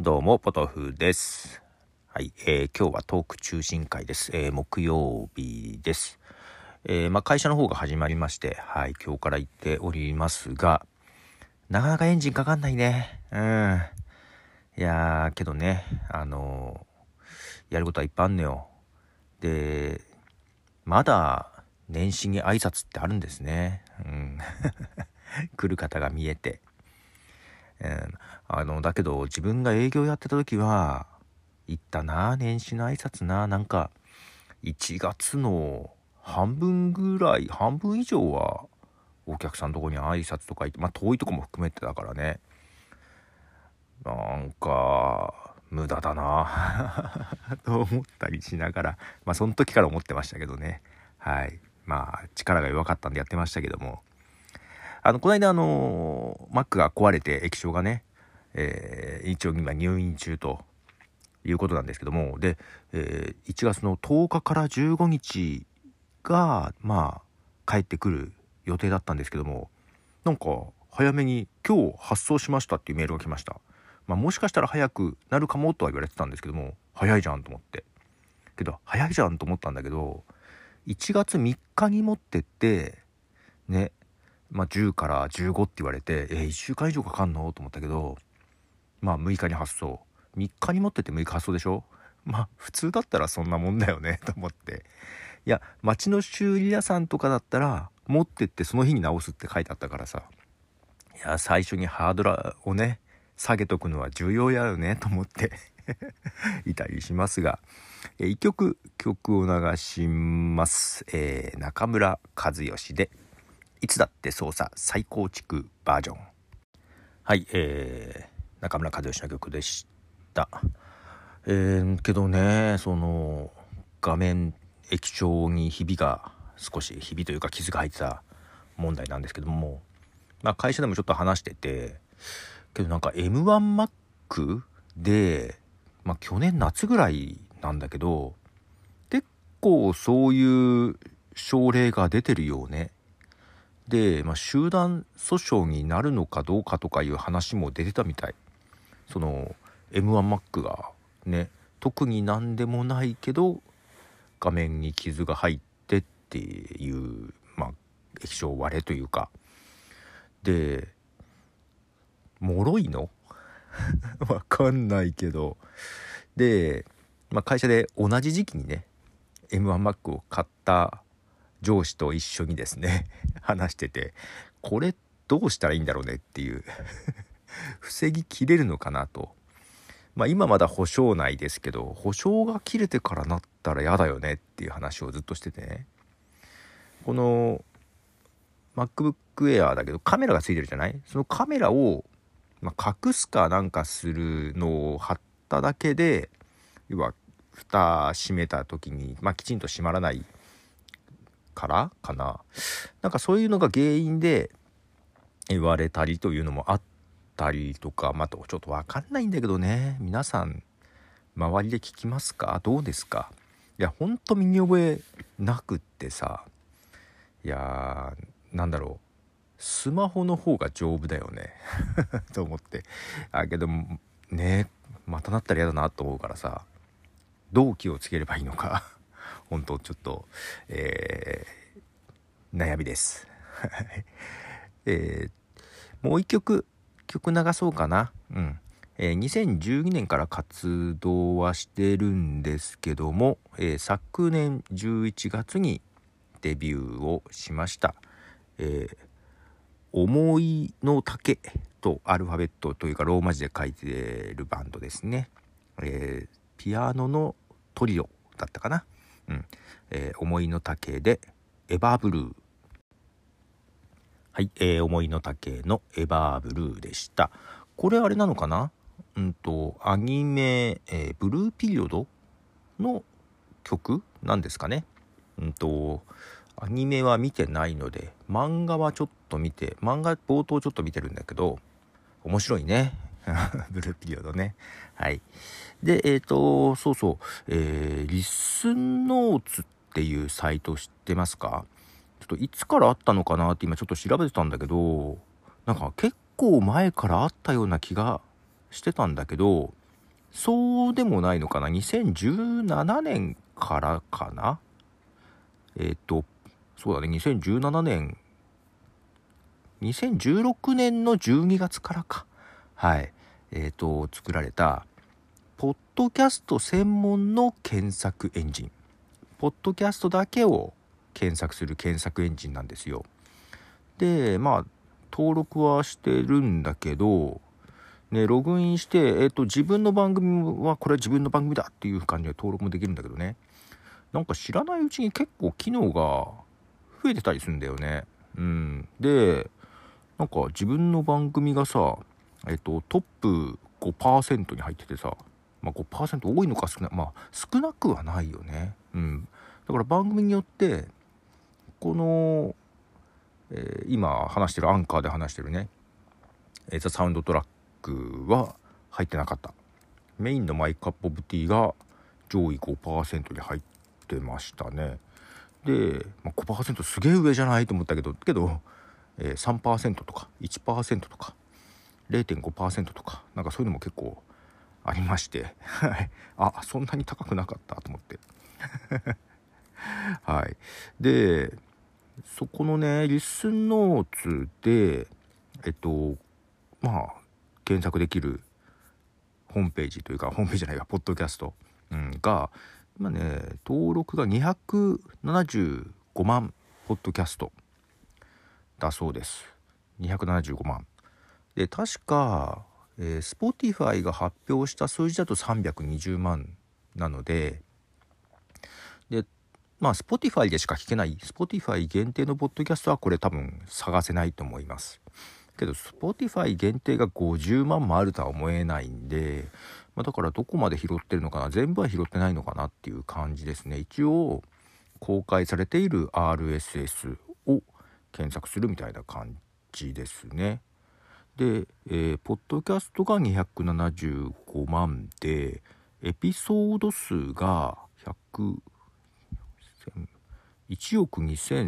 どうもポトフです。はい、今日はトーク中心会です。木曜日です。会社の方が始まりまして、はい、今日から行っておりますが、なかなかエンジンかかんないね。いやーけどね、やることはいっぱいあんのよ。で、まだ年始に挨拶ってあるんですね。来る方が見えて。だけど自分が営業やってた時は行ったな、年始の挨拶な。なんか1月の半分以上はお客さんのとこに挨拶とか行って、遠いとこも含めてだからね、なんか無駄だなと思ったりしながら、その時から思ってましたけどね。はい、力が弱かったんでやってましたけども、この間マックが壊れて液晶がね、一応今入院中ということなんですけども、で、1月の10日から15日が帰ってくる予定だったんですけども、なんか早めに今日発送しましたっていうメールが来ました。もしかしたら早くなるかもとは言われてたんですけども、早いじゃんと思って、早いじゃんと思ったんだけど、1月3日に持ってってね、10から15って言われて、1週間以上かかんのと思ったけど、6日に発送、3日に持ってて6日発送でしょ。普通だったらそんなもんだよねと思って、いや町の修理屋さんとかだったら持ってってその日に直すって書いてあったからさ、いや最初にハードルをね下げとくのは重要やよねと思っていたりしますが、一曲を流します。中村和義でいつだって操作再構築バージョン。はい、中村和義の曲でした。けどね、その画面液晶にひびというか傷が入ってた問題なんですけども、会社でもちょっと話してて、けどなんか M1Mac で、去年夏ぐらいなんだけど、結構そういう症例が出てるよね。で、集団訴訟になるのかどうかとかいう話も出てたみたい。その M1Mac がね、特になんでもないけど画面に傷が入ってっていう、液晶割れというかで、脆いのわかんないけど、で、会社で同じ時期にね M1Mac を買った上司と一緒にですね話してて、これどうしたらいいんだろうねっていう防ぎきれるのかなと。今まだ保証内ですけど、保証が切れてからなったら嫌だよねっていう話をずっとしててね、この MacBook Air だけどカメラがついてるじゃない。そのカメラを、隠すかなんかするのを貼っただけで、要は蓋閉めた時に、きちんと閉まらないからかな、なんかそういうのが原因で言われたりというのもあったりとか、ちょっとわかんないんだけどね。皆さん周りで聞きますか？どうですか？いやほんと身に覚えなくってさ、いやなんだろう、スマホの方が丈夫だよねと思って、けどね、またなったら嫌だなと思うからさ、どう気をつければいいのか本当ちょっと、悩みですもう一曲流そうかな。2012年から活動はしてるんですけども、昨年11月にデビューをしました。思いの丈とアルファベットというかローマ字で書いてるバンドですね。ピアノのトリオだったかな。思いの丈でエバーブルー。はい、思いの丈のエバーブルーでした。これあれなのかな、アニメ、ブルーピリオドの曲なんですかね。アニメは見てないので、漫画はちょっと漫画冒頭ちょっと見てるんだけど、面白いねブルーピリオドね。はい。で、リスンノーツっていうサイト知ってますか？ちょっといつからあったのかなって今ちょっと調べてたんだけど、なんか結構前からあったような気がしてたんだけど、 そうでもないのかな。2017年からかな。そうだね、2017年、2016年の12月からか。はい。作られた、ポッドキャスト専門の検索エンジン。ポッドキャストだけを検索する検索エンジンなんですよ。で、登録はしてるんだけど、ね、ログインして、自分の番組はこれは自分の番組だっていう感じで登録もできるんだけどね。なんか知らないうちに結構機能が増えてたりするんだよね。で、なんか自分の番組がさ、トップ 5% に入っててさ、5% 多いのか少ない、少なくはないよね。だから番組によって、この、今話してるアンカーで話してるね、ザ・サウンドトラックは入ってなかった。メインのマイカップオブティーが上位 5% に入ってましたね。で、5% すげえ上じゃないと思ったけど、3% とか 1% とか 0.5% とかなんかそういうのも結構ありましてあ、そんなに高くなかったと思ってはい。で、そこのねリスンノーツで検索できるホームページというか、ホームページじゃないか、ポッドキャスト、が今ね登録が275万ポッドキャストだそうです。275万で、確か、Spotify が発表した数字だと320万なので、Spotify でしか聞けない Spotify 限定のポッドキャストはこれ多分探せないと思いますけど、 Spotify 限定が50万もあるとは思えないんで、だからどこまで拾ってるのかな、全部は拾ってないのかなっていう感じですね。一応公開されている RSS を検索するみたいな感じですね。で、ポッドキャストが275万で、エピソード数が1億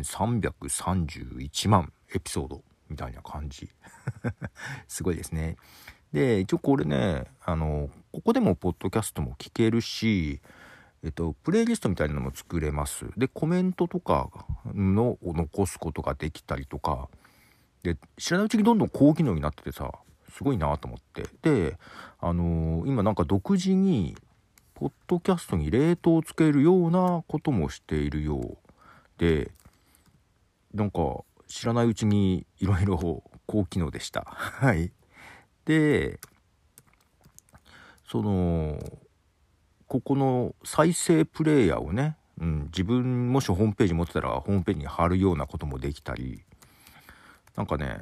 2331万エピソードみたいな感じすごいですね。で、一応これね、ここでもポッドキャストも聞けるし、プレイリストみたいなのも作れます。で、コメントとかのを残すことができたりとかで、知らないうちにどんどん高機能になっててさ、すごいなと思って。で、今なんか独自にポッドキャストにレートをつけるようなこともしているようで、なんか知らないうちにいろいろ高機能でしたはい。で、ここの再生プレイヤーをね、自分もしホームページ持ってたらホームページに貼るようなこともできたり、なんかね、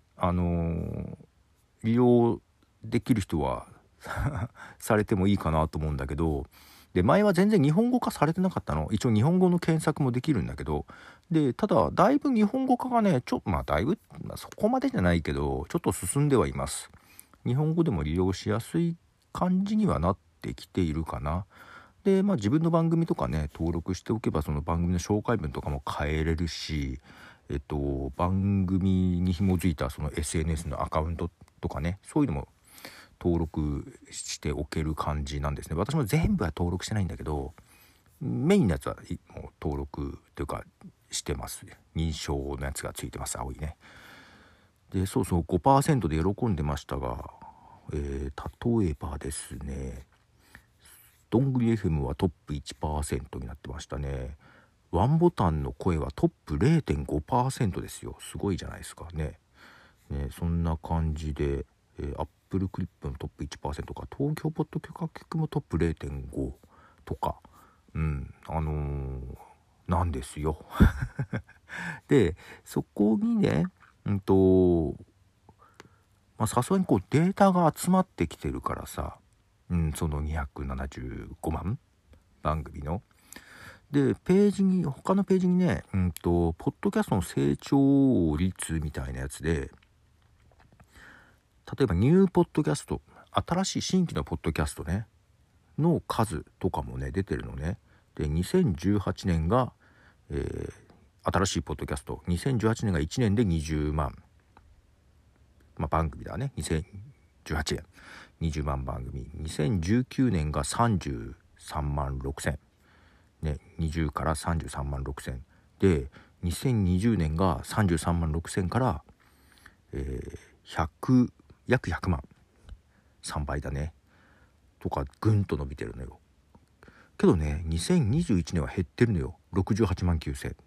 利用できる人はされてもいいかなと思うんだけど、で、前は全然日本語化されてなかったの。一応日本語の検索もできるんだけど、で、ただだいぶ日本語化がね、だいぶ、そこまでじゃないけどちょっと進んではいます。日本語でも利用しやすい感じにはなってきているかな。で、自分の番組とかね登録しておけば、その番組の紹介文とかも変えれるし、番組に紐づいたその SNS のアカウントとかね、そういうのも登録しておける感じなんですね。私も全部は登録してないんだけど、メインのやつはもう登録というかしてます。認証のやつがついてます、青いね。で、そうそう 5% で喜んでましたが、例えばですね、どんぐり FM はトップ 1% になってましたね。ワンボタンの声はトップ 0.5% ですよ。すごいじゃないですかね。そんな感じで、アップルクリップのトップ 1% か、東京ポッド許可局もトップ 0.5 とか、なんですよ。で、そこにね、さすがにこうデータが集まってきてるからさ、その275万番組の。で、他のページにね、ポッドキャストの成長率みたいなやつで、例えばニューポッドキャスト、新しい新規のポッドキャストね、の数とかもね、出てるのね。で、2018年が、新しいポッドキャスト、2018年が1年で20万。番組だね、2018年。 20万番組、2019年が33万6千、ね、20から33万6千で、2020年が33万6千から、約100万、3倍だねとかぐんと伸びてるのよ。けどね、2021年は減ってるのよ。68万9千、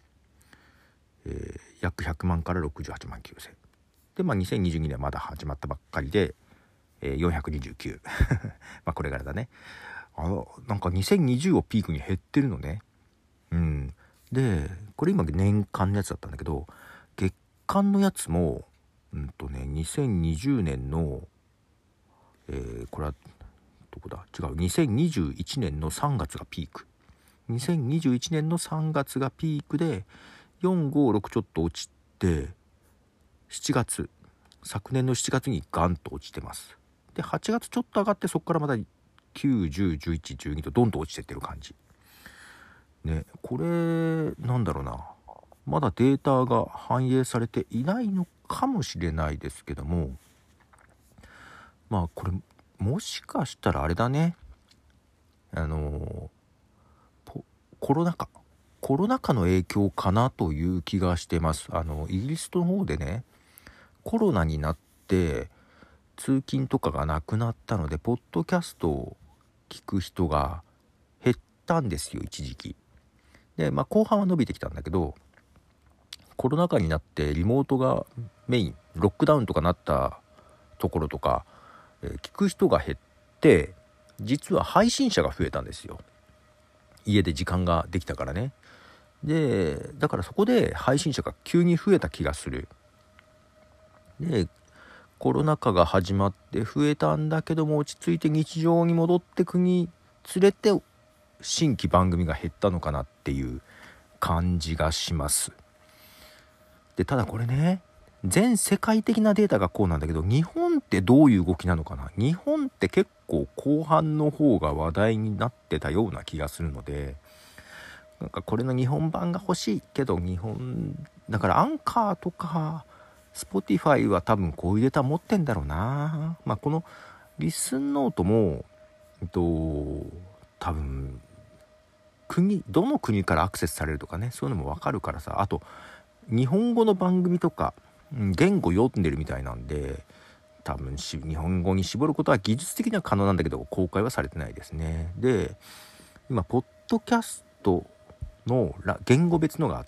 約100万から68万9千で、2022年はまだ始まったばっかりで、429 これからだね。なんか2020をピークに減ってるのね。でこれ今年間のやつだったんだけど、月間のやつも2020年の、これはどこだ、違う、2021年の3月がピーク、2021年の3月がピークで456ちょっと落ちて、昨年の7月にガンと落ちてます。で8月ちょっと上がって、そこからまた9、10、11、12とどんどん落ちてってる感じね。これなんだろうな、まだデータが反映されていないのかもしれないですけども、これもしかしたらあれだね、コロナ禍の影響かなという気がしてます。イギリスの方でね、コロナになって通勤とかがなくなったので、ポッドキャストを聞く人が減ったんですよ、一時期で。後半は伸びてきたんだけど、コロナ禍になってリモートがメイン、ロックダウンとかなったところとか、聞く人が減って、実は配信者が増えたんですよ。家で時間ができたからね。でだからそこで配信者が急に増えた気がする。でコロナ禍が始まって増えたんだけども、落ち着いて日常に戻ってくにつれて新規番組が減ったのかなっていう感じがします。でただこれね、全世界的なデータがこうなんだけど、日本ってどういう動きなのかな。日本って結構後半の方が話題になってたような気がするので、なんかこれの日本版が欲しいけど、日本だからアンカーとかSpotify は多分こういうデータ持ってんだろうな。このリスンノートも多分どの国からアクセスされるとかね、そういうのも分かるからさ。あと日本語の番組とか言語読んでるみたいなんで、多分日本語に絞ることは技術的には可能なんだけど、公開はされてないですね。で今ポッドキャストの言語別のがあって、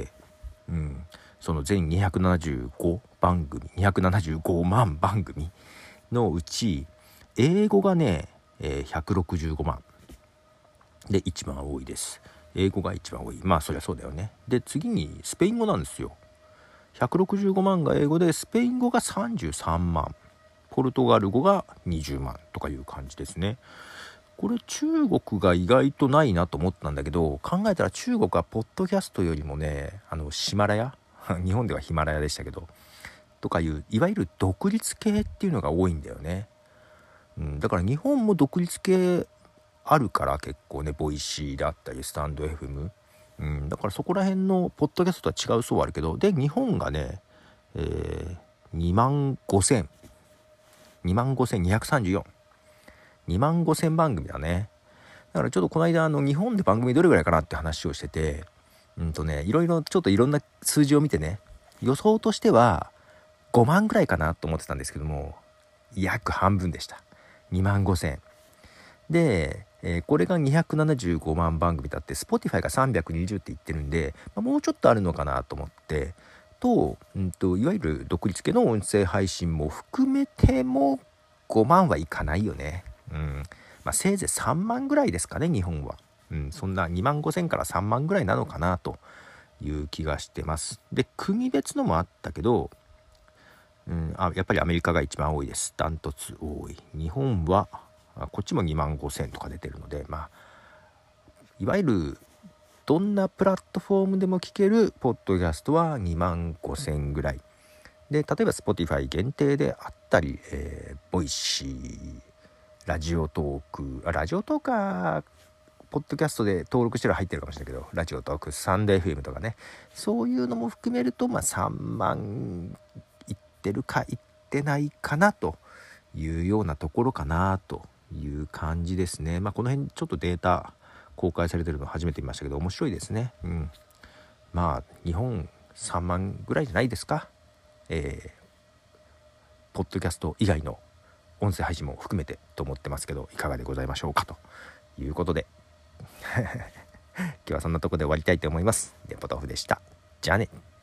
その全275万番組のうち、英語がね、165万で一番多いです。英語が一番多い。そりゃそうだよね。で次にスペイン語なんですよ。165万が英語で、スペイン語が33万、ポルトガル語が20万とかいう感じですね。これ中国が意外とないなと思ったんだけど、考えたら中国はポッドキャストよりもね、ヒマラヤ日本ではヒマラヤでしたけどとかいう、いわゆる独立系っていうのが多いんだよね。だから日本も独立系あるから結構ね、ボイシーだったりスタンド FM、だからそこら辺のポッドキャストとは違う層はあるけど、で日本がね、25,234 2万5,000番組だね。だからちょっとこの間日本で番組どれぐらいかなって話をしてて、いろいろいろんな数字を見てね、予想としては5万ぐらいかなと思ってたんですけども、約半分でした。2万5,000で、これが275万番組だって、 Spotify が320って言ってるんで、もうちょっとあるのかなと思って、いわゆる独立系の音声配信も含めても5万はいかないよね。せいぜい3万ぐらいですかね、日本は。そんな2万5,000から3万ぐらいなのかなという気がしてます。で国別のもあったけど、やっぱりアメリカが一番多いです。ダントツ多い。日本はこっちも2万5,000とか出てるので、いわゆるどんなプラットフォームでも聞けるポッドキャストは2万5,000ぐらいで、例えば Spotify 限定であったり、ボイシー、ラジオトークはポッドキャストで登録してる入ってるかもしれないけど、ラジオトーク、サンデー FM とかね、そういうのも含めると3万いってるかいってないかなというようなところかなという感じですね。この辺ちょっとデータ公開されてるの初めて見ましたけど面白いですね。日本3万ぐらいじゃないですか。ポッドキャスト以外の音声配信も含めてと思ってますけど、いかがでございましょうかということで今日はそんなところで終わりたいと思います。電波豆腐でした。じゃあね。